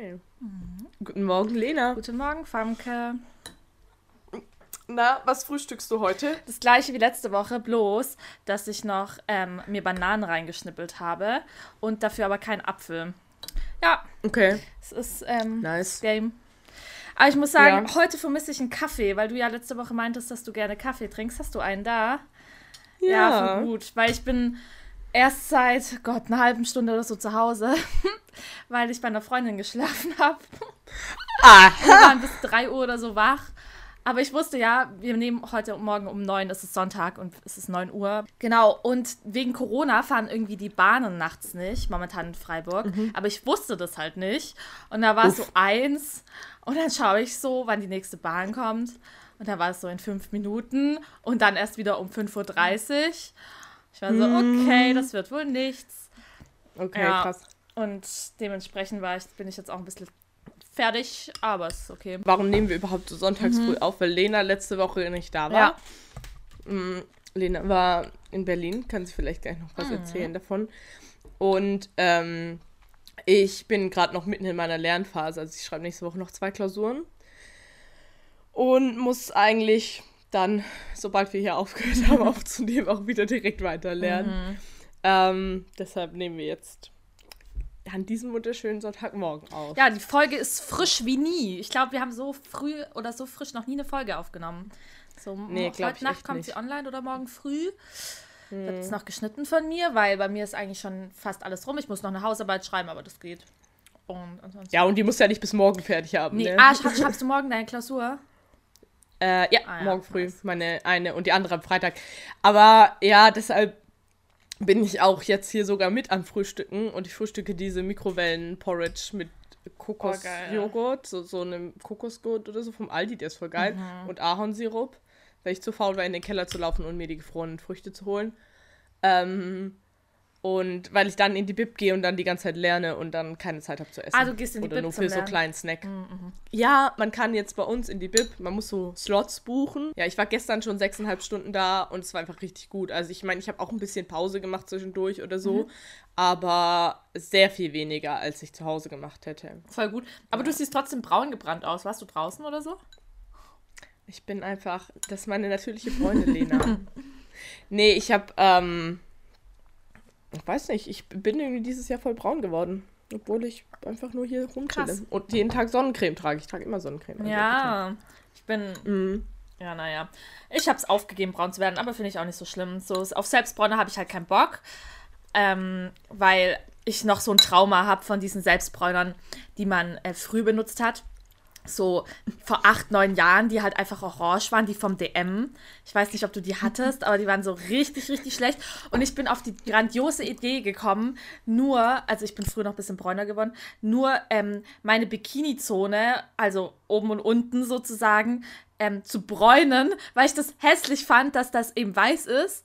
Okay. Guten Morgen, Lena. Guten Morgen, Famke. Na, was frühstückst du heute? Das gleiche wie letzte Woche, bloß, dass ich noch mir Bananen reingeschnippelt habe und dafür aber keinen Apfel. Ja, Okay. es ist Nice. Game. Aber ich muss sagen, Ja. heute vermisse ich einen Kaffee, weil du ja letzte Woche meintest, dass du gerne Kaffee trinkst. Hast du einen da? Ja. Voll gut, weil ich bin erst seit, Gott, einer halben Stunde oder so zu Hause, weil ich bei einer Freundin geschlafen habe. Wir Aha. waren bis 3 Uhr oder so wach. Aber ich wusste ja, wir nehmen heute Morgen um 9, es ist Sonntag und es ist 9 Uhr. Genau, und wegen Corona fahren irgendwie die Bahnen nachts nicht, momentan in Freiburg. Aber ich wusste das halt nicht. Und da war es so 1 und dann schaue ich so, wann die nächste Bahn kommt. Und da war es so in 5 Minuten und dann erst wieder um 5:30 Uhr. Ich war so, okay, das wird wohl nichts. Okay, Ja. krass. Und dementsprechend bin ich jetzt auch ein bisschen fertig, aber es ist okay. Warum nehmen wir überhaupt so sonntags früh auf? Weil Lena letzte Woche nicht da war. Ja. Lena war in Berlin, kann sie vielleicht gleich noch was erzählen davon. Und ich bin gerade noch mitten in meiner Lernphase. Also ich schreibe nächste Woche noch 2 Klausuren. Und muss eigentlich dann, sobald wir hier aufgehört haben aufzunehmen, auch wieder direkt weiter lernen. Deshalb nehmen wir jetzt an diesem wunderschönen Sonntagmorgen auf. Ja, die Folge ist frisch wie nie. Ich glaube, wir haben so früh oder so frisch noch nie eine Folge aufgenommen. So, Nee, glaub ich heute Nacht echt kommt nicht. sie online oder morgen früh. Wird es noch geschnitten von mir, weil bei mir ist eigentlich schon fast alles rum. Ich muss noch eine Hausarbeit schreiben, aber das geht. Und ansonsten. Ja, und die muss ja nicht bis morgen fertig haben, Nee. ne? Schreibst du morgen deine Klausur? Ja, ja, morgen früh. nice. Meine eine und die andere am Freitag. Aber ja, deshalb bin ich auch jetzt hier sogar mit am Frühstücken und ich frühstücke diese Mikrowellen-Porridge mit Kokosjoghurt, so einem Kokosjoghurt oder so vom Aldi, der ist voll geil. Und Ahornsirup, weil ich zu faul war, in den Keller zu laufen und mir die gefrorenen Früchte zu holen. Und weil ich dann in die Bib gehe und dann die ganze Zeit lerne und dann keine Zeit habe zu essen. Ah, du gehst in die oder Bib nur zum für so Lernen. kleinen Snack. Ja, man kann jetzt bei uns in die Bib, man muss so Slots buchen. Ja, ich war gestern schon 6,5 Stunden da und es war einfach richtig gut. Also ich meine, ich habe auch ein bisschen Pause gemacht zwischendurch oder so, aber sehr viel weniger, als ich zu Hause gemacht hätte. Voll gut. Aber du siehst trotzdem braun gebrannt aus. Warst du draußen oder so? Ich bin einfach, das ist meine natürliche Freundin, Lena. Nee, ich habe, ich weiß nicht, ich bin irgendwie dieses Jahr voll braun geworden. Obwohl ich einfach nur hier rumchille. Krass. Und jeden Tag Sonnencreme trage. Ich trage immer Sonnencreme. Also Ja, ich bin. Ja, naja. Ich habe es aufgegeben, braun zu werden, aber finde ich auch nicht so schlimm. So, auf Selbstbräuner habe ich halt keinen Bock, weil ich noch so ein Trauma habe von diesen Selbstbräunern, die man früh benutzt hat. So vor 8, 9 Jahren, die halt einfach orange waren, die vom DM. Ich weiß nicht, ob du die hattest, aber die waren so richtig, richtig schlecht. Und ich bin auf die grandiose Idee gekommen, also ich bin früher noch ein bisschen bräuner geworden, nur meine Bikini-Zone, also oben und unten sozusagen, zu bräunen, weil ich das hässlich fand, dass das eben weiß ist.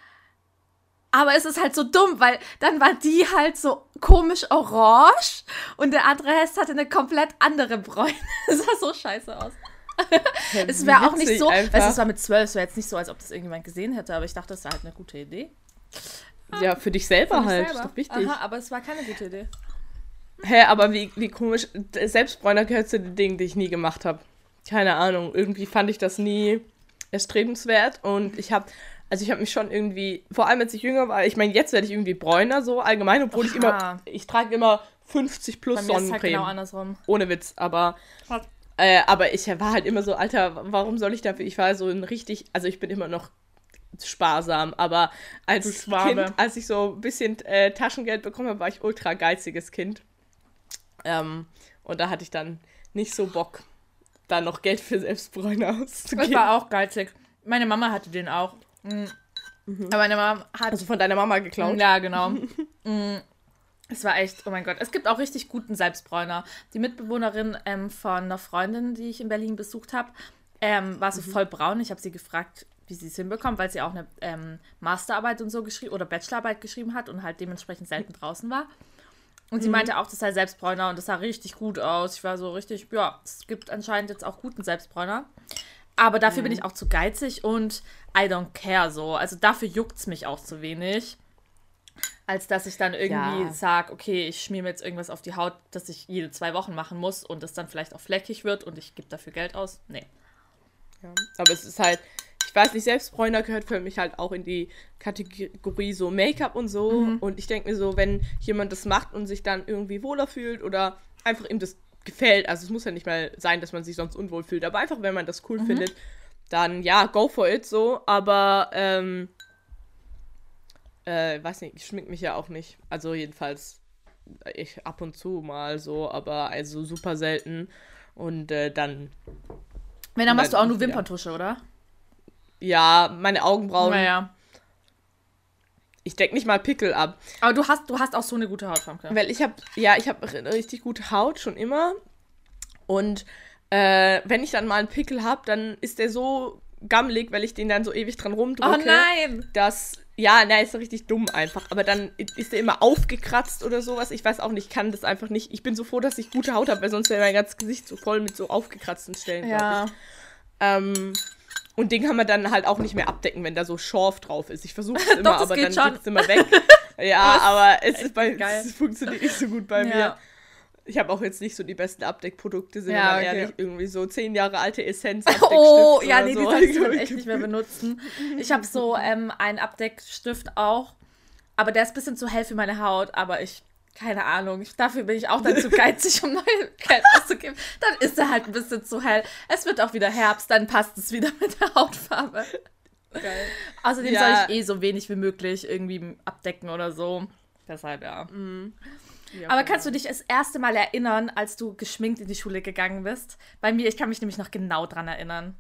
Aber es ist halt so dumm, weil dann war die halt so komisch orange und der andere Hest hatte eine komplett andere Bräune. Das sah so scheiße aus. Es wäre auch nicht so, weißt du, es war mit 12, es wäre jetzt nicht so, als ob das irgendjemand gesehen hätte, aber ich dachte, das war halt eine gute Idee. Ja, für dich selber Für mich halt. selber. Ist doch wichtig. Aha, aber es war keine gute Idee. Hä, aber wie komisch. Selbstbräuner gehört zu den Dingen, die ich nie gemacht habe. Keine Ahnung. Irgendwie fand ich das nie erstrebenswert und ich habe mich schon irgendwie, vor allem als ich jünger war, ich meine, jetzt werde ich irgendwie bräuner so allgemein, obwohl ich trage immer 50 plus Bei mir ist Sonnencreme. halt genau andersrum. Ohne Witz, aber ich war halt immer so, Alter, warum soll ich dafür, ich war so ein richtig, also ich bin immer noch sparsam, aber als Kind, als ich so ein bisschen Taschengeld bekommen habe, war ich ultra geiziges Kind. Und da hatte ich dann nicht so Bock, da noch Geld für Selbstbräuner auszugeben. Ich war auch geizig. Meine Mama hatte den auch. Aber meine Mama hat... Also von deiner Mama geklaut? Ja, genau. Es war echt, oh mein Gott. Es gibt auch richtig guten Selbstbräuner. Die Mitbewohnerin von einer Freundin, die ich in Berlin besucht habe, war so voll braun. Ich habe sie gefragt, wie sie es hinbekommt, weil sie auch eine Masterarbeit und so geschrieben oder Bachelorarbeit geschrieben hat und halt dementsprechend selten draußen war. Und sie meinte auch, das sei Selbstbräuner und das sah richtig gut aus. Ich war so richtig, ja, es gibt anscheinend jetzt auch guten Selbstbräuner. Aber dafür bin ich auch zu geizig und I don't care so. Also dafür juckt's mich auch zu wenig. als dass ich dann irgendwie sage, okay, ich schmier mir jetzt irgendwas auf die Haut, das ich jede 2 Wochen machen muss und das dann vielleicht auch fleckig wird und ich gebe dafür Geld aus. Nee. Ja, aber es ist halt, ich weiß nicht, selbst Bräuner gehört für mich halt auch in die Kategorie so Make-up und so. Und ich denke mir so, wenn jemand das macht und sich dann irgendwie wohler fühlt oder einfach ihm das gefällt, also es muss ja nicht mal sein, dass man sich sonst unwohl fühlt, aber einfach, wenn man das cool findet, dann ja, go for it so. Aber, weiß nicht, ich schmink mich ja auch nicht. Also jedenfalls, ich ab und zu mal so, aber also super selten. Und dann... Wenn, dann machst du auch nur Wimperntusche, oder? Ja, meine Augenbrauen. Naja. Ich decke nicht mal Pickel ab. Aber du hast auch so eine gute Haut, Famke. Weil ich habe eine richtig gute Haut, schon immer. Und wenn ich dann mal einen Pickel habe, dann ist der so gammelig, weil ich den dann so ewig dran rumdrücke. Oh nein! Ist so richtig dumm einfach. Aber dann ist der immer aufgekratzt oder sowas. Ich weiß auch nicht, kann das einfach nicht. Ich bin so froh, dass ich gute Haut habe, weil sonst wäre mein ganzes Gesicht so voll mit so aufgekratzten Stellen, glaube ich. Und den kann man dann halt auch nicht mehr abdecken, wenn da so Schorf drauf ist. Ich versuche es immer, Doch, aber dann schon. geht es immer weg. Ja, aber es funktioniert nicht so gut bei mir. Ich habe auch jetzt nicht so die besten Abdeckprodukte, sind wir mal ehrlich. Irgendwie so 10 Jahre alte Essenz-Abdeckstift. Oh, ja, nee, so. die sollst du echt nicht mehr benutzen. Ich habe so einen Abdeckstift auch, aber der ist ein bisschen zu hell für meine Haut, aber keine Ahnung, dafür bin ich auch dann zu geizig, um neue Geld auszugeben. Dann ist er halt ein bisschen zu hell. Es wird auch wieder Herbst, dann passt es wieder mit der Hautfarbe. Geil. Außerdem soll ich so wenig wie möglich irgendwie abdecken oder so. Deshalb, ja. Ja, aber kannst du dich das erste Mal erinnern, als du geschminkt in die Schule gegangen bist? Bei mir, ich kann mich nämlich noch genau dran erinnern.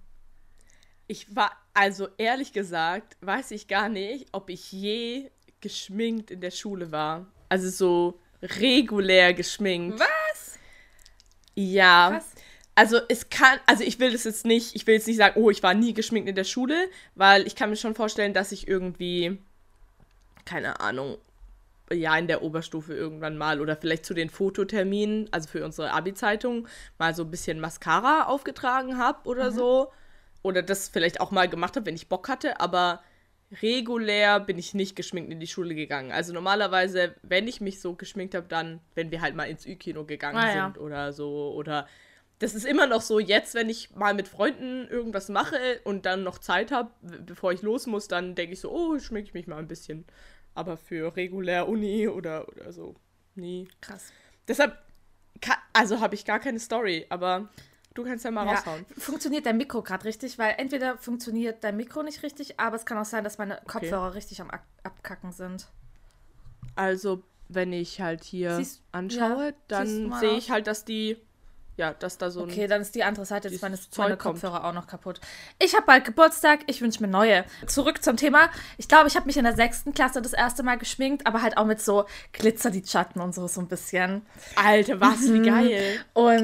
Also ehrlich gesagt, weiß ich gar nicht, ob ich je geschminkt in der Schule war. Also so regulär geschminkt. Was? Ja. Krass. Also ich will jetzt nicht sagen, oh, ich war nie geschminkt in der Schule, weil ich kann mir schon vorstellen, dass ich irgendwie, keine Ahnung, ja, in der Oberstufe irgendwann mal oder vielleicht zu den Fototerminen, also für unsere Abi-Zeitung, mal so ein bisschen Mascara aufgetragen habe oder so. Oder das vielleicht auch mal gemacht habe, wenn ich Bock hatte, aber regulär bin ich nicht geschminkt in die Schule gegangen. Also normalerweise, wenn ich mich so geschminkt habe, dann, wenn wir halt mal ins Ü-Kino gegangen sind oder so. Oder das ist immer noch so, jetzt, wenn ich mal mit Freunden irgendwas mache und dann noch Zeit habe, bevor ich los muss, dann denke ich so, oh, schminke ich mich mal ein bisschen. Aber für regulär Uni oder so, nie. Krass. Deshalb, habe ich gar keine Story, aber du kannst ja mal raushauen. Funktioniert dein Mikro gerade richtig? Weil entweder funktioniert dein Mikro nicht richtig, aber es kann auch sein, dass meine Kopfhörer richtig am Abkacken sind. Also, wenn ich halt hier anschaue, dann sehe ich halt, dass da so ein... Okay, dann ist die andere Seite, jetzt meine Kopfhörer auch noch kaputt. Ich habe bald Geburtstag, ich wünsche mir neue. Zurück zum Thema. Ich glaube, ich habe mich in der 6. Klasse das erste Mal geschminkt, aber halt auch mit so Glitzerlidschatten und so ein bisschen. Alter, was, wie geil.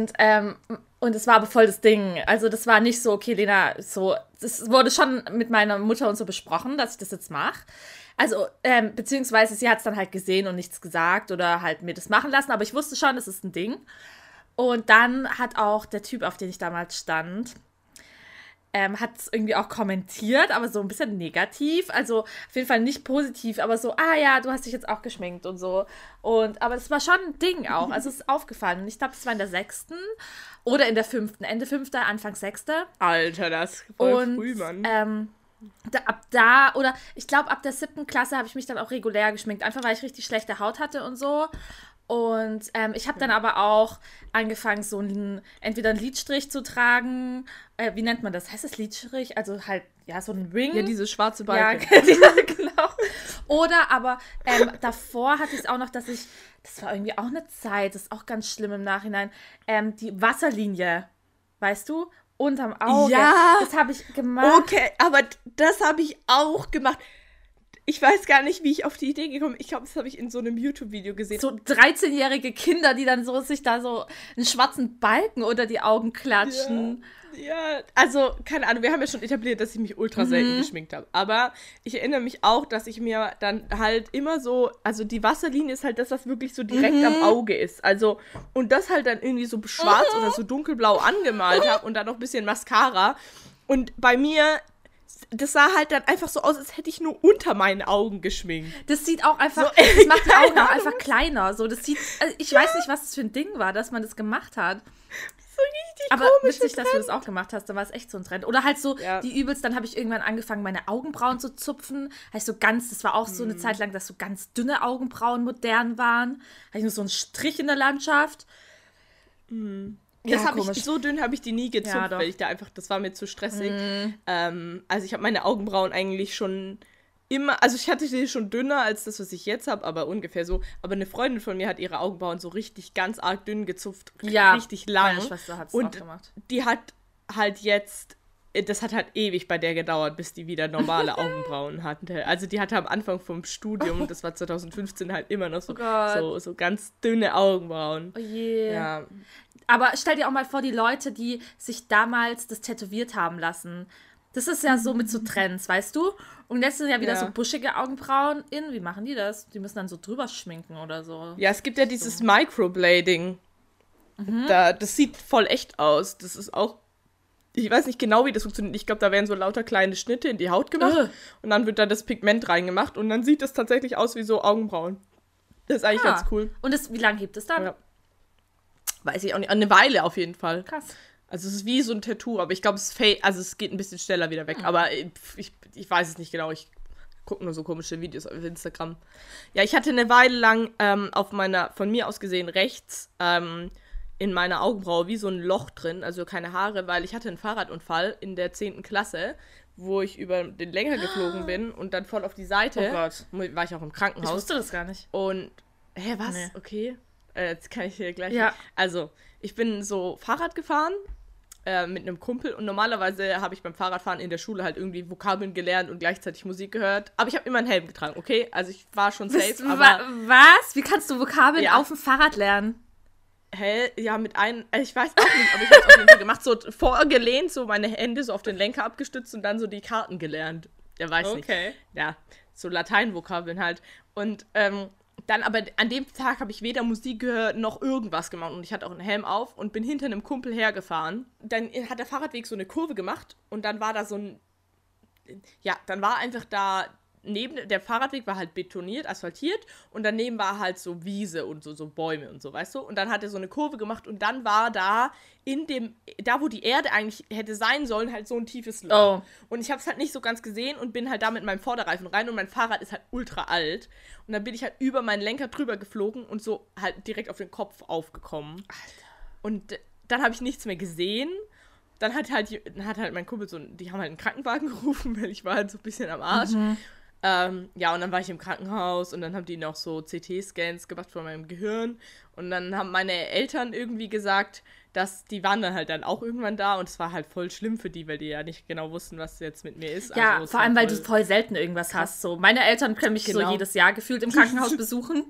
Und es war aber voll das Ding. Also das war nicht so, okay, Lena, so, das wurde schon mit meiner Mutter und so besprochen, dass ich das jetzt mache. Also, beziehungsweise sie hat es dann halt gesehen und nichts gesagt oder halt mir das machen lassen, aber ich wusste schon, es ist ein Ding. Und dann hat auch der Typ, auf den ich damals stand, hat es irgendwie auch kommentiert, aber so ein bisschen negativ. Also auf jeden Fall nicht positiv, aber so, ja, du hast dich jetzt auch geschminkt und so. Aber das war schon ein Ding auch. Also es ist aufgefallen. Und ich glaube, es war in der 6. oder in der 5. Ende 5., Anfang 6. Alter, das ist voll früh, Mann. Ich glaube, ab der 7. Klasse habe ich mich dann auch regulär geschminkt. Einfach, weil ich richtig schlechte Haut hatte und so. Und ich habe dann aber auch angefangen, entweder einen Lidstrich zu tragen. Wie nennt man das? Heißt das Lidstrich? Also halt, ja, so ein Ring. Ja, diese schwarze Balken. Ja, genau. Oder aber davor hatte ich es auch noch, das war irgendwie auch eine Zeit, das ist auch ganz schlimm im Nachhinein, die Wasserlinie, weißt du, unterm Auge. Ja. Das habe ich gemacht. Okay, aber das habe ich auch gemacht. Ich weiß gar nicht, wie ich auf die Idee gekommen bin. Ich glaube, das habe ich in so einem YouTube-Video gesehen. So 13-jährige Kinder, die dann sich da so einen schwarzen Balken unter die Augen klatschen. Ja, also, keine Ahnung, wir haben ja schon etabliert, dass ich mich ultra selten geschminkt habe. Aber ich erinnere mich auch, dass ich mir dann halt immer so, also die Wasserlinie ist halt das, was wirklich so direkt am Auge ist. Also, und das halt dann irgendwie so schwarz oder so dunkelblau angemalt habe und dann noch ein bisschen Mascara. Und bei mir das sah halt dann einfach so aus, als hätte ich nur unter meinen Augen geschminkt. Das sieht auch einfach, so, das macht die Augen auch einfach kleiner. So, das sieht, also ich weiß nicht, was das für ein Ding war, dass man das gemacht hat. So richtig aber komisch. Witzig, dass du das auch gemacht hast, da war es echt so ein Trend. Oder halt so, die übelst, dann habe ich irgendwann angefangen, meine Augenbrauen zu zupfen. Das war auch so eine Zeit lang, dass so ganz dünne Augenbrauen modern waren. Habe ich nur so einen Strich in der Landschaft. So dünn habe ich die nie gezupft, weil ich da einfach, das war mir zu stressig. Also ich habe meine Augenbrauen eigentlich schon immer, also ich hatte die schon dünner als das, was ich jetzt habe, aber ungefähr so. Aber eine Freundin von mir hat ihre Augenbrauen so richtig ganz arg dünn gezupft, richtig lang. Meine Schwester hat's und auch gemacht. Die hat halt jetzt, das hat halt ewig bei der gedauert, bis die wieder normale Augenbrauen hatte. Also die hatte am Anfang vom Studium, das war 2015, halt immer noch so ganz dünne Augenbrauen. Oh je. Ja. Aber stell dir auch mal vor, die Leute, die sich damals das tätowiert haben lassen. Das ist ja so mit so Trends, weißt du? Und jetzt sind ja wieder so buschige Augenbrauen in. Wie machen die das? Die müssen dann so drüber schminken oder so. Ja, es gibt ja dieses Microblading. Das sieht voll echt aus. Das ist auch, ich weiß nicht genau, wie das funktioniert. Ich glaube, da werden so lauter kleine Schnitte in die Haut gemacht. Und dann wird da das Pigment reingemacht. Und dann sieht das tatsächlich aus wie so Augenbrauen. Das ist eigentlich ganz cool. Und wie lange gibt es dann? Ja. Weiß ich auch nicht. Eine Weile auf jeden Fall. Krass. Also es ist wie so ein Tattoo, aber ich glaube, es geht ein bisschen schneller wieder weg. Aber ich weiß es nicht genau. Ich gucke nur so komische Videos auf Instagram. Ja, ich hatte eine Weile lang auf meiner, von mir aus gesehen, rechts in meiner Augenbraue wie so ein Loch drin, also keine Haare, weil ich hatte einen Fahrradunfall in der 10. Klasse, wo ich über den Lenker geflogen bin und dann voll auf die Seite. Oh Gott. War ich auch im Krankenhaus. Ich wusste das gar nicht. Und, was? Nee. Okay. Jetzt kann ich hier gleich... Ja. Also, ich bin so Fahrrad gefahren mit einem Kumpel und normalerweise habe ich beim Fahrradfahren in der Schule halt irgendwie Vokabeln gelernt und gleichzeitig Musik gehört. Aber ich habe immer einen Helm getragen, okay? Also ich war schon safe, aber... Was? Wie kannst du Vokabeln auf dem Fahrrad lernen? Ja, mit einem... Ich weiß auch nicht, aber ich habe es auf jeden Fall gemacht. So vorgelehnt, so meine Hände so auf den Lenker abgestützt und dann so die Karten gelernt. Der weiß nicht. Okay. Ja, so Lateinvokabeln halt. Und dann aber an dem Tag habe ich weder Musik gehört noch irgendwas gemacht und ich hatte auch einen Helm auf und bin hinter einem Kumpel hergefahren. Dann hat der Fahrradweg so eine Kurve gemacht und dann war da so ein, dann war einfach da, der Fahrradweg war halt betoniert, asphaltiert und daneben war halt so Wiese und so Bäume und so, weißt du? Und dann hat er so eine Kurve gemacht und dann war da da wo die Erde eigentlich hätte sein sollen, halt so ein tiefes Loch. Oh. Und ich habe es halt nicht so ganz gesehen und bin halt da mit meinem Vorderreifen rein und mein Fahrrad ist halt ultra alt. Und dann bin ich halt über meinen Lenker drüber geflogen und so halt direkt auf den Kopf aufgekommen. Alter. Und dann habe ich nichts mehr gesehen. Dann hat halt mein Kumpel die haben halt einen Krankenwagen gerufen, weil ich war halt so ein bisschen am Arsch. Und dann war ich im Krankenhaus und dann haben die noch so CT-Scans gemacht von meinem Gehirn und dann haben meine Eltern irgendwie gesagt, dass die waren dann auch irgendwann da und es war halt voll schlimm für die, weil die ja nicht genau wussten, was jetzt mit mir ist. Ja, also, vor allem, weil du voll selten irgendwas hast. So. Meine Eltern können mich so jedes Jahr gefühlt im Krankenhaus besuchen.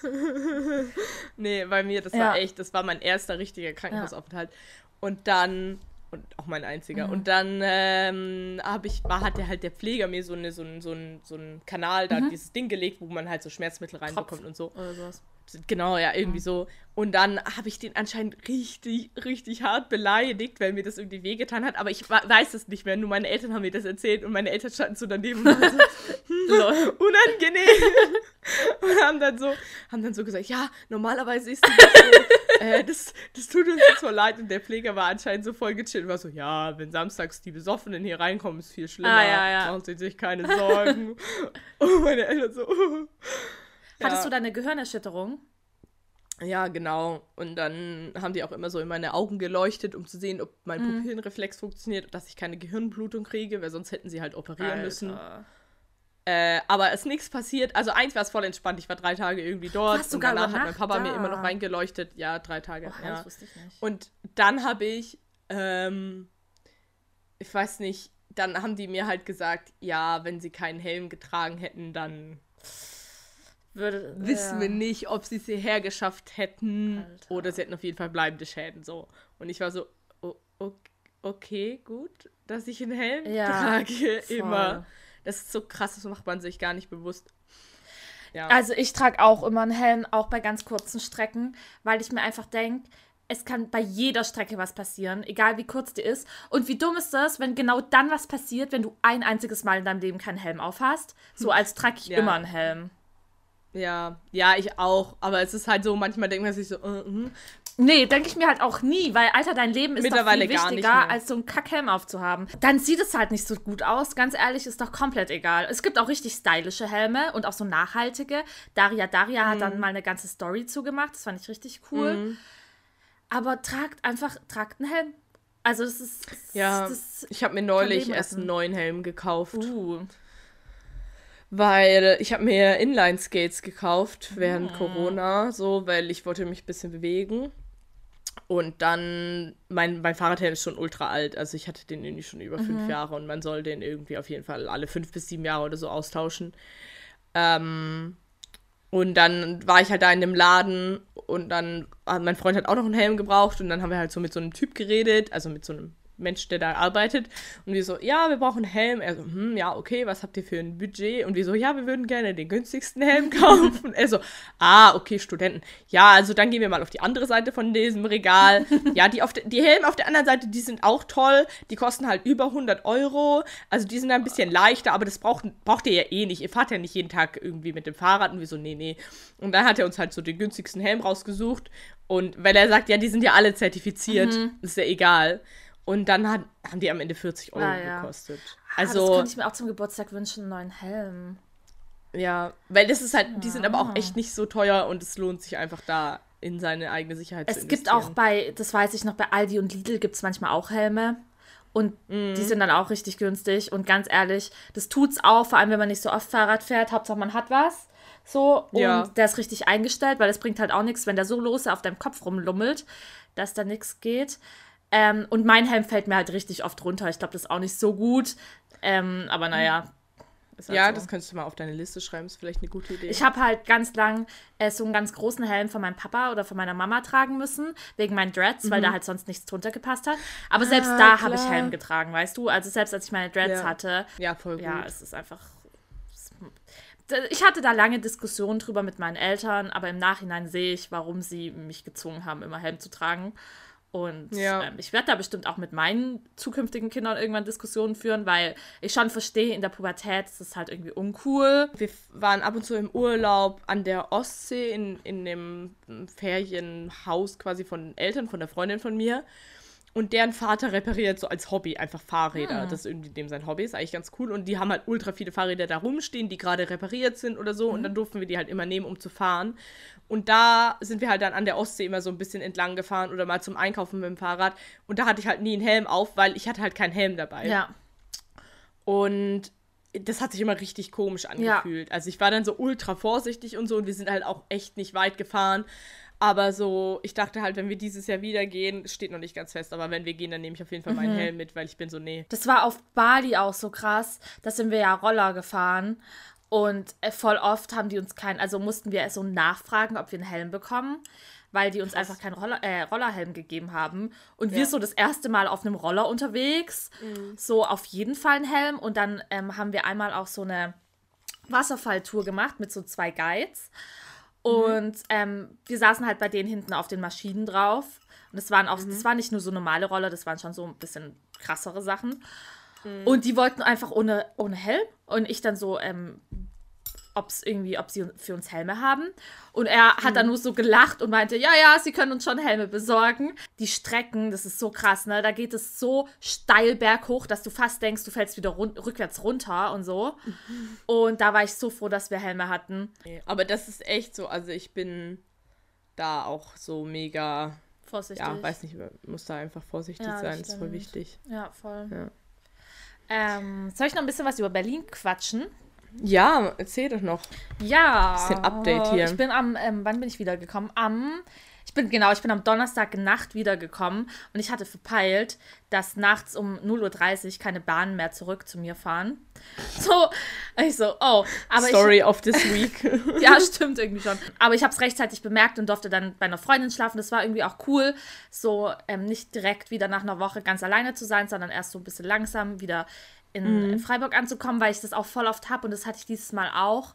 Nee, bei mir, das war mein erster richtiger Krankenhausaufenthalt. Und dann... Und auch mein einziger. Und dann hat der Pfleger mir so einen Kanal, da dieses Ding gelegt, wo man halt so Schmerzmittel reinbekommt und so. Oder sowas. Genau, ja, irgendwie so. Und dann habe ich den anscheinend richtig, richtig hart beleidigt, weil mir das irgendwie wehgetan hat. Aber ich weiß es nicht mehr. Nur meine Eltern haben mir das erzählt und meine Eltern standen so daneben und waren so, unangenehm. Und haben dann so gesagt, ja, normalerweise ist das so, das tut uns jetzt voll leid. Und der Pfleger war anscheinend so voll gechillt und war so, ja, wenn samstags die Besoffenen hier reinkommen, ist viel schlimmer. Machen Sie sich keine Sorgen. Und meine Eltern so, Hattest du da eine Gehirnerschütterung? Ja, genau. Und dann haben die auch immer so in meine Augen geleuchtet, um zu sehen, ob mein Pupillenreflex funktioniert, dass ich keine Gehirnblutung kriege, weil sonst hätten sie halt operieren müssen. Aber es ist nichts passiert. Also eins war es voll entspannt. Ich war 3 Tage irgendwie dort. Warst und danach hat mein Papa mir immer noch reingeleuchtet. Ja, 3 Tage. Oh, das wusste ich nicht. Und dann habe ich, ich weiß nicht, dann haben die mir halt gesagt, ja, wenn sie keinen Helm getragen hätten, dann... wissen wir nicht, ob sie es hierher geschafft hätten. Alter. Oder sie hätten auf jeden Fall bleibende Schäden. So. Und ich war so, okay, gut, dass ich einen Helm trage. Voll. Immer. Das ist so krass, das macht man sich gar nicht bewusst. Ja. Also ich trage auch immer einen Helm, auch bei ganz kurzen Strecken, weil ich mir einfach denke, es kann bei jeder Strecke was passieren, egal wie kurz die ist. Und wie dumm ist das, wenn genau dann was passiert, wenn du ein einziges Mal in deinem Leben keinen Helm auf hast? So als trage ich immer einen Helm. Ja, ich auch. Aber es ist halt so, manchmal denkt man sich so, Nee, denke ich mir halt auch nie, weil, Alter, dein Leben ist doch viel wichtiger, als so einen Kackhelm aufzuhaben. Dann sieht es halt nicht so gut aus. Ganz ehrlich, ist doch komplett egal. Es gibt auch richtig stylische Helme und auch so nachhaltige. Daria hat dann mal eine ganze Story zugemacht. Das fand ich richtig cool. Aber tragt einen Helm. Also das ist... ich habe mir neulich erst einen neuen Helm gekauft. Weil ich habe mir Inline-Skates gekauft während Corona, so, weil ich wollte mich ein bisschen bewegen. Und dann, mein Fahrradhelm ist schon ultra alt, also ich hatte den irgendwie schon über 5 Jahre und man soll den irgendwie auf jeden Fall alle 5 bis 7 Jahre oder so austauschen. Und dann war ich halt da in dem Laden und dann, mein Freund hat auch noch einen Helm gebraucht und dann haben wir halt so mit so einem Typ geredet, also mit so einem Mensch, der da arbeitet. Und wir so, ja, wir brauchen einen Helm. Er so, ja, okay, was habt ihr für ein Budget? Und wir so, ja, wir würden gerne den günstigsten Helm kaufen. Und er so, okay, Studenten. Ja, also dann gehen wir mal auf die andere Seite von diesem Regal. Ja, die Helme auf der anderen Seite, die sind auch toll. Die kosten halt über 100 Euro. Also die sind ein bisschen leichter, aber das braucht ihr ja eh nicht. Ihr fahrt ja nicht jeden Tag irgendwie mit dem Fahrrad. Und wir so, nee. Und dann hat er uns halt so den günstigsten Helm rausgesucht. Und weil er sagt, ja, die sind ja alle zertifiziert, ist ja egal. Und dann haben die am Ende 40 Euro gekostet. Also, das könnte ich mir auch zum Geburtstag wünschen, einen neuen Helm. Ja, weil das ist halt, die sind aber auch echt nicht so teuer und es lohnt sich einfach da in seine eigene Sicherheit zu investieren. Es gibt auch das weiß ich noch, bei Aldi und Lidl gibt es manchmal auch Helme. Und die sind dann auch richtig günstig. Und ganz ehrlich, das tut's auch, vor allem wenn man nicht so oft Fahrrad fährt. Hauptsache man hat was. So, und der ist richtig eingestellt, weil es bringt halt auch nichts, wenn der so lose auf deinem Kopf rumlummelt, dass da nichts geht. Und mein Helm fällt mir halt richtig oft runter. Ich glaube, das ist auch nicht so gut. Aber naja. Ist halt so. Das könntest du mal auf deine Liste schreiben. Ist vielleicht eine gute Idee. Ich habe halt ganz lang so einen ganz großen Helm von meinem Papa oder von meiner Mama tragen müssen. Wegen meinen Dreads, weil da halt sonst nichts drunter gepasst hat. Aber selbst da habe ich Helm getragen, weißt du? Also selbst als ich meine Dreads hatte. Ja, voll gut. Ja, es ist einfach... Ich hatte da lange Diskussionen drüber mit meinen Eltern. Aber im Nachhinein sehe ich, warum sie mich gezwungen haben, immer Helm zu tragen. Und ich werde da bestimmt auch mit meinen zukünftigen Kindern irgendwann Diskussionen führen, weil ich schon verstehe, in der Pubertät ist es halt irgendwie uncool. Wir waren ab und zu im Urlaub an der Ostsee in dem Ferienhaus quasi von Eltern, von der Freundin von mir. Und deren Vater repariert so als Hobby einfach Fahrräder. Das ist irgendwie dem sein Hobby, ist eigentlich ganz cool. Und die haben halt ultra viele Fahrräder da rumstehen, die gerade repariert sind oder so. Und dann durften wir die halt immer nehmen, um zu fahren. Und da sind wir halt dann an der Ostsee immer so ein bisschen entlang gefahren oder mal zum Einkaufen mit dem Fahrrad. Und da hatte ich halt nie einen Helm auf, weil ich hatte halt keinen Helm dabei. Ja. Und das hat sich immer richtig komisch angefühlt. Ja. Also ich war dann so ultra vorsichtig und so. Und wir sind halt auch echt nicht weit gefahren. Aber so, ich dachte halt, wenn wir dieses Jahr wieder gehen, steht noch nicht ganz fest, aber wenn wir gehen, dann nehme ich auf jeden Fall meinen Helm mit, weil ich bin so, nee. Das war auf Bali auch so krass, da sind wir ja Roller gefahren und voll oft haben die uns mussten wir so nachfragen, ob wir einen Helm bekommen, weil die uns einfach keinen Rollerhelm gegeben haben. Und wir so das erste Mal auf einem Roller unterwegs, so auf jeden Fall einen Helm. Und dann haben wir einmal auch so eine Wasserfalltour gemacht mit so 2 Guides. Und wir saßen halt bei denen hinten auf den Maschinen drauf. Und das waren nicht nur so normale Roller, das waren schon so ein bisschen krassere Sachen. Und die wollten einfach ohne Helm. Und ich dann so, ob sie für uns Helme haben. Und er hat dann nur so gelacht und meinte, ja, sie können uns schon Helme besorgen. Die Strecken, das ist so krass, ne? Da geht es so steil berghoch, dass du fast denkst, du fällst wieder rückwärts runter und so. Und da war ich so froh, dass wir Helme hatten. Aber das ist echt so, also ich bin da auch so mega... Vorsichtig. Ja, weiß nicht, muss da einfach vorsichtig sein, das ist voll wichtig. Ja, voll. Ja. Soll ich noch ein bisschen was über Berlin quatschen? Ja, erzähl doch noch. Ja. Bisschen Update hier. Ich bin wann bin ich wiedergekommen? Ich bin am Donnerstagnacht wiedergekommen und ich hatte verpeilt, dass nachts um 0:30 Uhr keine Bahnen mehr zurück zu mir fahren. So, ich so, aber Story of this week. Ja, stimmt irgendwie schon. Aber ich habe es rechtzeitig bemerkt und durfte dann bei einer Freundin schlafen. Das war irgendwie auch cool, so nicht direkt wieder nach einer Woche ganz alleine zu sein, sondern erst so ein bisschen langsam wieder in Freiburg anzukommen, weil ich das auch voll oft habe und das hatte ich dieses Mal auch,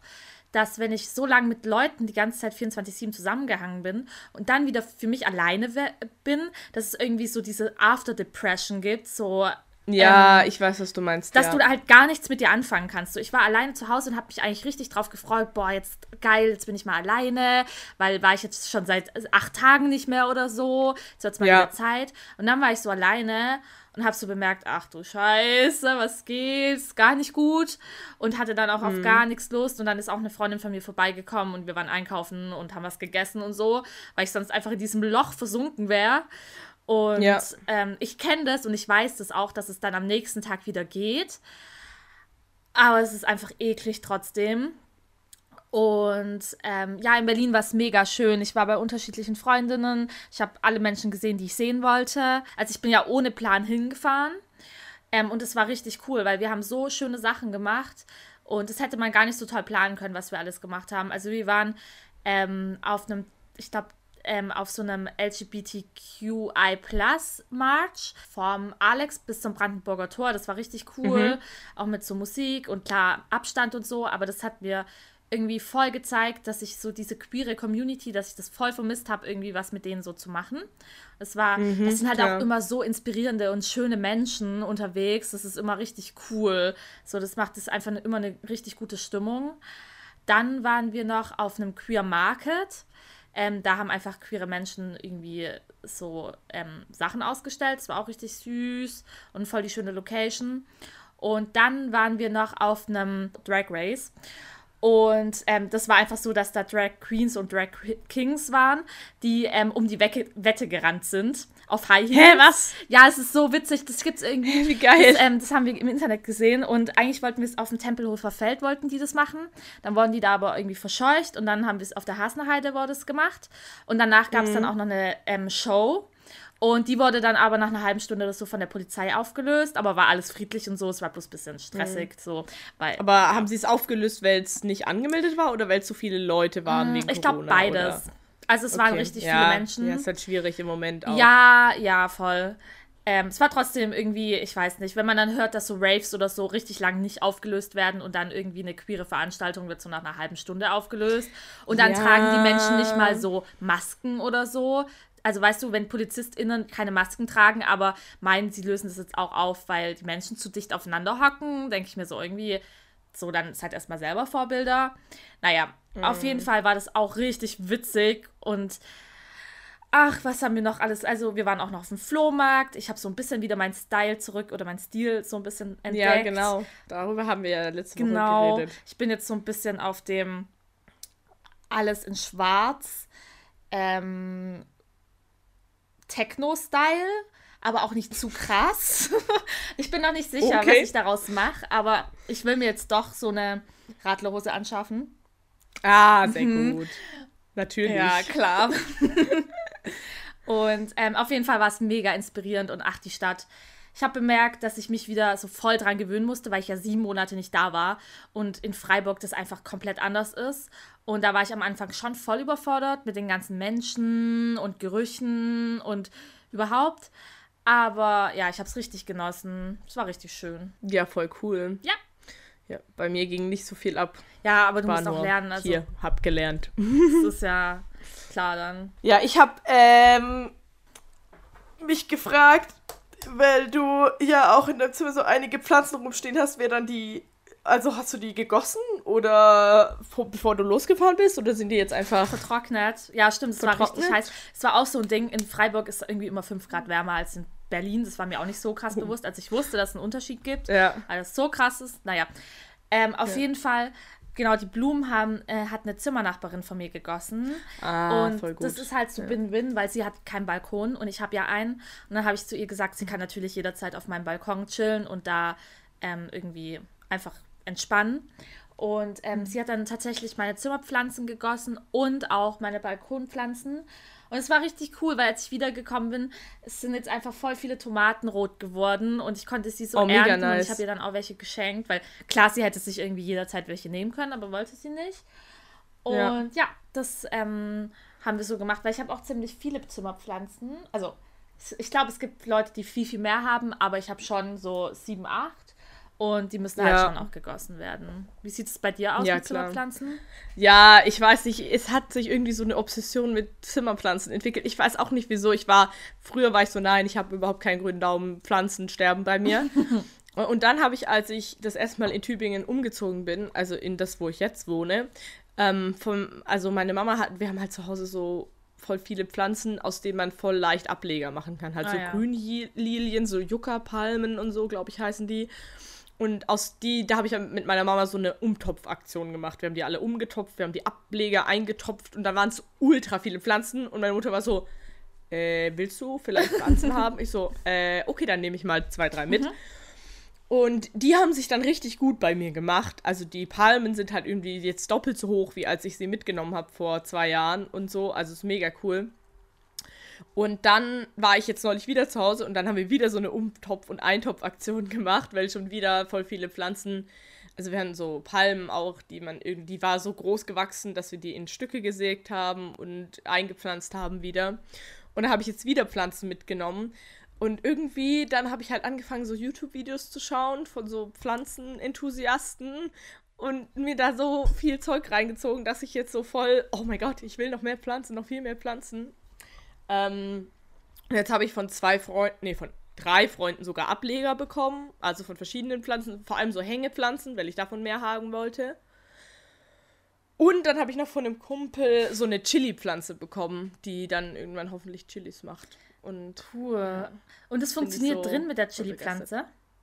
dass wenn ich so lange mit Leuten die ganze Zeit 24/7 zusammengehangen bin und dann wieder für mich alleine bin, dass es irgendwie so diese After-Depression gibt, so Ja, ich weiß, was du meinst. dass du halt gar nichts mit dir anfangen kannst. So, ich war alleine zu Hause und habe mich eigentlich richtig drauf gefreut, boah, jetzt geil, jetzt bin ich mal alleine, weil war ich jetzt schon seit 8 Tagen nicht mehr oder so, jetzt wird's mal wieder Zeit. Und dann war ich so alleine und habe so bemerkt, ach du Scheiße, was geht, ist gar nicht gut und hatte dann auch auf gar nichts Lust und dann ist auch eine Freundin von mir vorbeigekommen und wir waren einkaufen und haben was gegessen und so, weil ich sonst einfach in diesem Loch versunken wäre. Und ich kenne das und ich weiß das auch, dass es dann am nächsten Tag wieder geht. Aber es ist einfach eklig trotzdem. Und in Berlin war es mega schön. Ich war bei unterschiedlichen Freundinnen. Ich habe alle Menschen gesehen, die ich sehen wollte. Also ich bin ja ohne Plan hingefahren. Und es war richtig cool, weil wir haben so schöne Sachen gemacht. Und das hätte man gar nicht so toll planen können, was wir alles gemacht haben. Also wir waren auf einem, ich glaube, auf so einem LGBTQI+-March vom Alex bis zum Brandenburger Tor. Das war richtig cool, auch mit so Musik und klar Abstand und so, aber das hat mir irgendwie voll gezeigt, dass ich so diese queere Community, dass ich das voll vermisst habe, irgendwie was mit denen so zu machen. Das sind halt auch immer so inspirierende und schöne Menschen unterwegs. Das ist immer richtig cool. So, das macht es einfach immer eine richtig gute Stimmung. Dann waren wir noch auf einem Queer Market. Da haben einfach queere Menschen irgendwie so Sachen ausgestellt. Es war auch richtig süß und voll die schöne Location. Und dann waren wir noch auf einem Drag Race. Und das war einfach so, dass da Drag Queens und Drag Kings waren, die um die Wette gerannt sind. Auf High Heels. Hä, was? Ja, es ist so witzig. Das gibt's irgendwie. Wie geil. Das haben wir im Internet gesehen. Und eigentlich wollten wir es auf dem Tempelhofer Feld, wollten die das machen. Dann wurden die da aber irgendwie verscheucht. Und dann haben wir es auf der Hasner Heide wurde es gemacht. Und danach gab es dann auch noch eine Show. Und die wurde dann aber nach einer halben Stunde oder so von der Polizei aufgelöst, aber war alles friedlich und so, es war bloß ein bisschen stressig. So, aber haben sie es aufgelöst, weil es nicht angemeldet war oder weil es so viele Leute waren wegen ich glaube Corona? beides. Oder? Also es waren richtig viele Menschen. Ja, ist halt schwierig im Moment auch. Ja, voll. Es war trotzdem irgendwie, ich weiß nicht, wenn man dann hört, dass so Raves oder so richtig lang nicht aufgelöst werden und dann irgendwie eine queere Veranstaltung wird so nach einer halben Stunde aufgelöst und dann tragen die Menschen nicht mal so Masken oder so. Also weißt du, wenn PolizistInnen keine Masken tragen, aber meinen, sie lösen das jetzt auch auf, weil die Menschen zu dicht aufeinander hocken, denke ich mir so irgendwie, so dann seid erstmal selber Vorbilder. Naja, auf jeden Fall war das auch richtig witzig und ach, was haben wir noch alles? Also wir waren auch noch auf dem Flohmarkt. Ich habe so ein bisschen wieder meinen Style zurück oder meinen Stil so ein bisschen entdeckt. Ja, genau. Darüber haben wir ja letzte Woche geredet. Ich bin jetzt so ein bisschen auf dem alles in schwarz Techno-Style, aber auch nicht zu krass. Ich bin noch nicht sicher, was ich daraus mache, aber ich will mir jetzt doch so eine Radlerhose anschaffen. Ah, sehr gut. Natürlich. Ja, klar. Und auf jeden Fall war es mega inspirierend und ach, die Stadt. Ich habe bemerkt, dass ich mich wieder so voll dran gewöhnen musste, weil ich ja 7 Monate nicht da war und in Freiburg das einfach komplett anders ist. Und da war ich am Anfang schon voll überfordert mit den ganzen Menschen und Gerüchen und überhaupt. Aber ja, ich habe es richtig genossen. Es war richtig schön. Ja, voll cool. Ja, bei mir ging nicht so viel ab. Ja, aber du musst auch lernen. Also, hier, hab gelernt. Das ist ja klar dann. Ja, ich habe mich gefragt, weil du ja auch in deinem Zimmer so einige Pflanzen rumstehen hast, wer dann die, also hast du die gegossen oder bevor du losgefahren bist oder sind die jetzt einfach vertrocknet? Ja, stimmt, es war richtig heiß. Es war auch so ein Ding, in Freiburg ist irgendwie immer 5 Grad wärmer als in Berlin. Das war mir auch nicht so krass bewusst, als ich wusste, dass es einen Unterschied gibt. Ja. Weil das so krass ist. Naja, auf jeden Fall, genau, die Blumen hat eine Zimmernachbarin von mir gegossen. Und voll gut. das ist halt so Win-Win, weil sie hat keinen Balkon und ich habe ja einen. Und dann habe ich zu ihr gesagt, sie kann natürlich jederzeit auf meinem Balkon chillen und da irgendwie einfach entspannen. Und sie hat dann tatsächlich meine Zimmerpflanzen gegossen und auch meine Balkonpflanzen. Und es war richtig cool, weil als ich wiedergekommen bin, es sind jetzt einfach voll viele Tomaten rot geworden und ich konnte sie so ernten und ich habe ihr dann auch welche geschenkt, weil klar, sie hätte sich irgendwie jederzeit welche nehmen können, aber wollte sie nicht. Und ja das haben wir so gemacht, weil ich habe auch ziemlich viele Zimmerpflanzen. Also ich glaube, es gibt Leute, die viel, viel mehr haben, aber ich habe schon so 7, 8. Und die müssen halt schon auch gegossen werden. Wie sieht es bei dir aus mit Zimmerpflanzen? Ja, ich weiß nicht, es hat sich irgendwie so eine Obsession mit Zimmerpflanzen entwickelt. Ich weiß auch nicht, wieso. Früher war ich so, nein, ich habe überhaupt keinen grünen Daumen, Pflanzen sterben bei mir. Und dann habe ich, als ich das erste Mal in Tübingen umgezogen bin, also in das, wo ich jetzt wohne, also meine Mama wir haben halt zu Hause so voll viele Pflanzen, aus denen man voll leicht Ableger machen kann. Halt Grünlilien, so Yucca-Palmen und so, glaube ich, heißen die. Und da habe ich mit meiner Mama so eine Umtopfaktion gemacht. Wir haben die alle umgetopft, wir haben die Ableger eingetopft und da waren es ultra viele Pflanzen. Und meine Mutter war so, willst du vielleicht Pflanzen haben? Ich so, okay, dann nehme ich mal 2, 3 mit. Und die haben sich dann richtig gut bei mir gemacht. Also die Palmen sind halt irgendwie jetzt doppelt so hoch, wie als ich sie mitgenommen habe vor 2 Jahren und so. Also ist mega cool. Und dann war ich jetzt neulich wieder zu Hause und dann haben wir wieder so eine Umtopf- und Eintopf-Aktion gemacht, weil schon wieder voll viele Pflanzen, also wir hatten so Palmen auch, die war so groß gewachsen, dass wir die in Stücke gesägt haben und eingepflanzt haben wieder. Und da habe ich jetzt wieder Pflanzen mitgenommen. Und irgendwie, dann habe ich halt angefangen, so YouTube-Videos zu schauen von so Pflanzenenthusiasten und mir da so viel Zeug reingezogen, dass ich jetzt so voll, oh mein Gott, ich will noch mehr Pflanzen, noch viel mehr Pflanzen. Jetzt habe ich von 3 Freunden sogar Ableger bekommen, also von verschiedenen Pflanzen, vor allem so Hängepflanzen, weil ich davon mehr haben wollte. Und dann habe ich noch von einem Kumpel so eine Chili-Pflanze bekommen, die dann irgendwann hoffentlich Chilis macht. Und cool. Und das funktioniert so drin mit der Chili-Pflanze?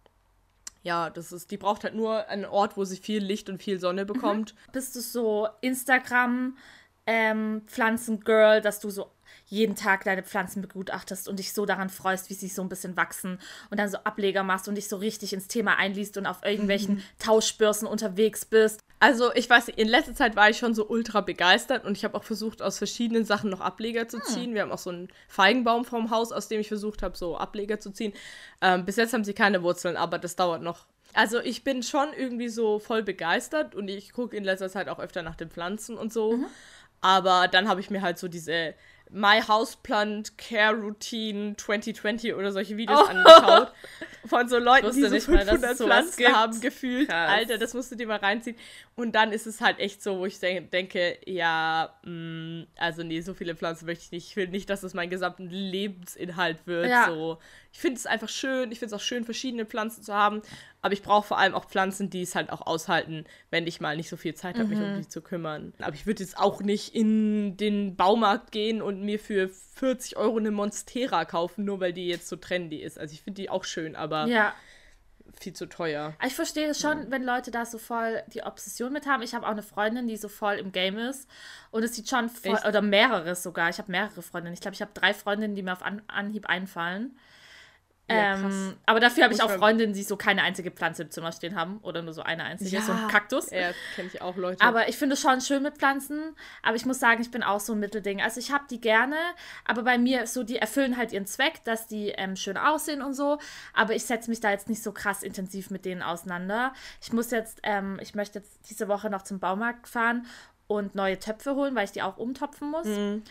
Ja, die braucht halt nur einen Ort, wo sie viel Licht und viel Sonne bekommt. Bist du so Instagram Pflanzengirl, dass du so jeden Tag deine Pflanzen begutachtest und dich so daran freust, wie sie so ein bisschen wachsen und dann so Ableger machst und dich so richtig ins Thema einliest und auf irgendwelchen Tauschbörsen unterwegs bist? Also ich weiß nicht, in letzter Zeit war ich schon so ultra begeistert und ich habe auch versucht, aus verschiedenen Sachen noch Ableger zu ziehen. Wir haben auch so einen Feigenbaum vorm Haus, aus dem ich versucht habe, so Ableger zu ziehen. Bis jetzt haben sie keine Wurzeln, aber das dauert noch. Also ich bin schon irgendwie so voll begeistert und ich gucke in letzter Zeit auch öfter nach den Pflanzen und so. Aber dann habe ich mir halt so diese My Houseplant Care Routine 2020 oder solche Videos angeschaut. Von so Leuten, die so 500 Pflanzen haben, gefühlt. Krass. Alter, das musst du dir mal reinziehen. Und dann ist es halt echt so, wo ich denke, ja, also nee, so viele Pflanzen möchte ich nicht. Ich will nicht, dass das mein gesamten Lebensinhalt wird. Ja. So. Ich finde es einfach schön. Ich finde es auch schön, verschiedene Pflanzen zu haben. Aber ich brauche vor allem auch Pflanzen, die es halt auch aushalten, wenn ich mal nicht so viel Zeit habe, mich um die zu kümmern. Aber ich würde jetzt auch nicht in den Baumarkt gehen und mir für 40 € eine Monstera kaufen, nur weil die jetzt so trendy ist. Also ich finde die auch schön, aber viel zu teuer. Ich verstehe es schon, wenn Leute da so voll die Obsession mit haben. Ich habe auch eine Freundin, die so voll im Game ist und es sieht schon voll, oder mehrere sogar. Ich habe mehrere Freundinnen. Ich glaube, ich habe 3 Freundinnen, die mir auf Anhieb einfallen. Ja, aber dafür habe ich auch Freundinnen, die so keine einzige Pflanze im Zimmer stehen haben oder nur so eine einzige, so ein Kaktus. Ja, kenne ich auch Leute. Aber ich finde es schon schön mit Pflanzen, aber ich muss sagen, ich bin auch so ein Mittelding. Also ich habe die gerne, aber bei mir so, die erfüllen halt ihren Zweck, dass die schön aussehen und so, aber ich setze mich da jetzt nicht so krass intensiv mit denen auseinander. Ich möchte jetzt diese Woche noch zum Baumarkt fahren und neue Töpfe holen, weil ich die auch umtopfen muss.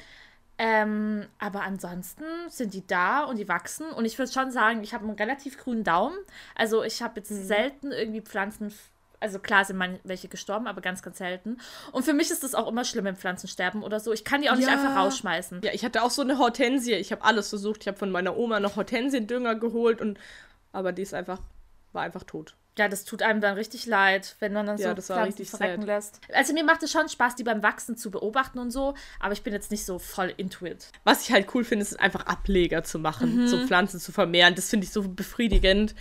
Aber ansonsten sind die da und die wachsen. Und ich würde schon sagen, ich habe einen relativ grünen Daumen. Also ich habe jetzt selten irgendwie Pflanzen, also klar sind welche gestorben, aber ganz, ganz selten. Und für mich ist das auch immer schlimm, wenn Pflanzen sterben oder so. Ich kann die auch nicht einfach rausschmeißen. Ja, ich hatte auch so eine Hortensie. Ich habe alles versucht. Ich habe von meiner Oma noch Hortensiendünger geholt, aber die war einfach tot. Ja, das tut einem dann richtig leid, wenn man dann so Pflanzen verrecken lässt. Also mir macht es schon Spaß, die beim Wachsen zu beobachten und so, aber ich bin jetzt nicht so voll into it. Was ich halt cool finde, ist einfach Ableger zu machen, so Pflanzen zu vermehren. Das finde ich so befriedigend.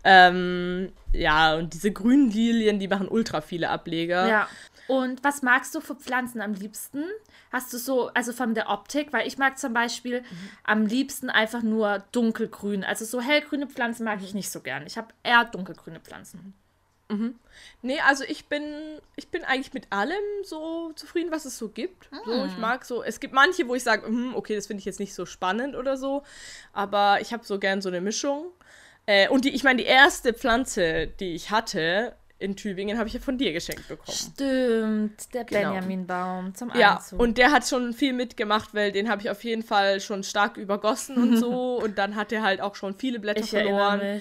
Ja, und diese grünen Lilien, die machen ultra viele Ableger. Ja. Und was magst du für Pflanzen am liebsten? Hast du so, also von der Optik, weil ich mag zum Beispiel am liebsten einfach nur dunkelgrün. Also so hellgrüne Pflanzen mag ich nicht so gern. Ich habe eher dunkelgrüne Pflanzen. Nee, also ich bin eigentlich mit allem so zufrieden, was es so gibt. So, ich mag so, es gibt manche, wo ich sage, okay, das finde ich jetzt nicht so spannend oder so, aber ich habe so gern so eine Mischung. Und die erste Pflanze, die ich hatte in Tübingen, habe ich ja von dir geschenkt bekommen. Stimmt, der Benjaminbaum zum Einzug. Ja, und der hat schon viel mitgemacht, weil den habe ich auf jeden Fall schon stark übergossen und so. Und dann hat er halt auch schon viele Blätter verloren. Erinnere mich.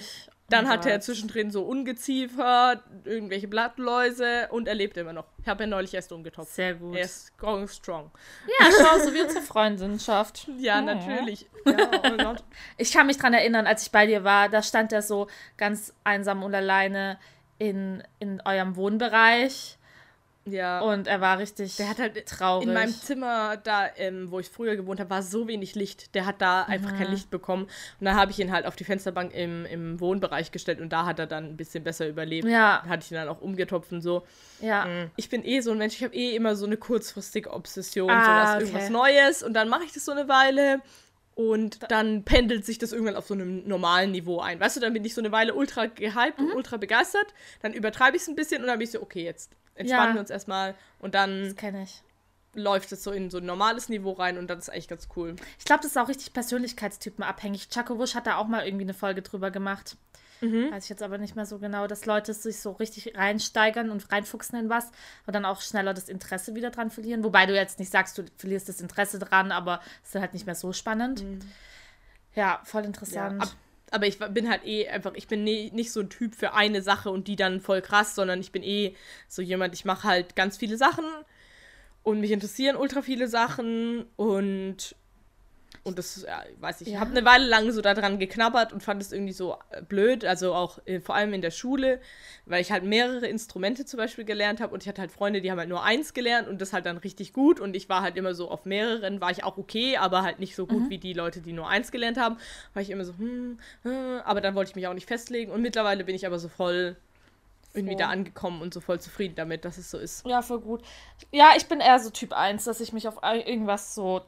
Dann Oh hatte er Gott. zwischendrin so Ungeziefer, irgendwelche Blattläuse und er lebt immer noch. Ich habe ihn neulich erst umgetopft. Sehr gut. Er ist going strong. Ja, schau, so wie unsere Freundschaft. Ja, natürlich. Ja, oh Gott. Ich kann mich dran erinnern, als ich bei dir war, da stand er so ganz einsam und alleine in eurem Wohnbereich. Ja. Und er war richtig Der hat halt traurig. in meinem Zimmer, da, wo ich früher gewohnt habe, war so wenig Licht. Der hat da einfach kein Licht bekommen. Und da habe ich ihn halt auf die Fensterbank im Wohnbereich gestellt und da hat er dann ein bisschen besser überlebt. Ja. Da hatte ich ihn dann auch umgetopft und so. Ja. Ich bin so ein Mensch, ich habe immer so eine kurzfristige Obsession, Ah, okay. irgendwas Neues und dann mache ich das so eine Weile und dann pendelt sich das irgendwann auf so einem normalen Niveau ein. Weißt du, dann bin ich so eine Weile ultra gehypt und ultra begeistert, dann übertreibe ich es ein bisschen und dann bin ich so, okay, jetzt entspannen wir uns erstmal und dann Das kenne ich. läuft es so in so ein normales Niveau rein und das ist eigentlich ganz cool. Ich glaube, das ist auch richtig persönlichkeitstypenabhängig. Chaco Wusch hat da auch mal irgendwie eine Folge drüber gemacht. Weiß ich jetzt aber nicht mehr so genau, dass Leute sich so richtig reinsteigern und reinfuchsen in was und dann auch schneller das Interesse wieder dran verlieren. Wobei du jetzt nicht sagst, du verlierst das Interesse dran, aber es ist dann halt nicht mehr so spannend. Ja, voll interessant. Ja, aber ich bin halt einfach, ich bin nicht so ein Typ für eine Sache und die dann voll krass, sondern ich bin so jemand, ich mache halt ganz viele Sachen und mich interessieren ultra viele Sachen und das, ja, weiß ich, ich habe eine Weile lang so daran geknabbert und fand es irgendwie so blöd, also auch vor allem in der Schule, weil ich halt mehrere Instrumente zum Beispiel gelernt habe und ich hatte halt Freunde, die haben halt nur eins gelernt und das halt dann richtig gut und ich war halt immer so auf mehreren, war ich auch okay, aber halt nicht so gut wie die Leute, die nur eins gelernt haben, war ich immer so, aber dann wollte ich mich auch nicht festlegen und mittlerweile bin ich aber so voll irgendwie da angekommen und so voll zufrieden damit, dass es so ist. Ja, voll gut. Ja, ich bin eher so Typ 1, dass ich mich auf irgendwas so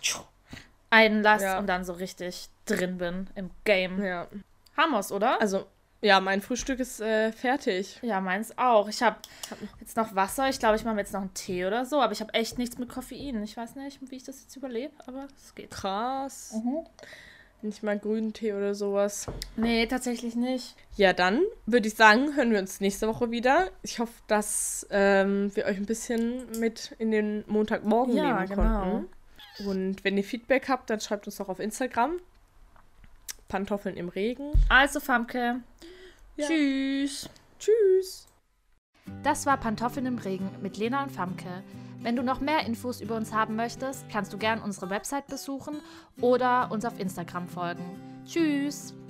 einlasse und dann so richtig drin bin im Game. Ja. Haben wir's, oder? Also, ja, mein Frühstück ist fertig. Ja, meins auch. Ich habe jetzt noch Wasser. Ich glaube, ich mache mir jetzt noch einen Tee oder so. Aber ich habe echt nichts mit Koffein. Ich weiß nicht, wie ich das jetzt überlebe, aber es geht. Krass. Nicht mal grünen Tee oder sowas. Nee, tatsächlich nicht. Ja, dann würde ich sagen, hören wir uns nächste Woche wieder. Ich hoffe, dass wir euch ein bisschen mit in den Montagmorgen nehmen konnten. Und wenn ihr Feedback habt, dann schreibt uns doch auf Instagram. Pantoffeln im Regen. Also, Famke. Ja. Tschüss. Tschüss. Das war Pantoffeln im Regen mit Lena und Famke. Wenn du noch mehr Infos über uns haben möchtest, kannst du gern unsere Website besuchen oder uns auf Instagram folgen. Tschüss!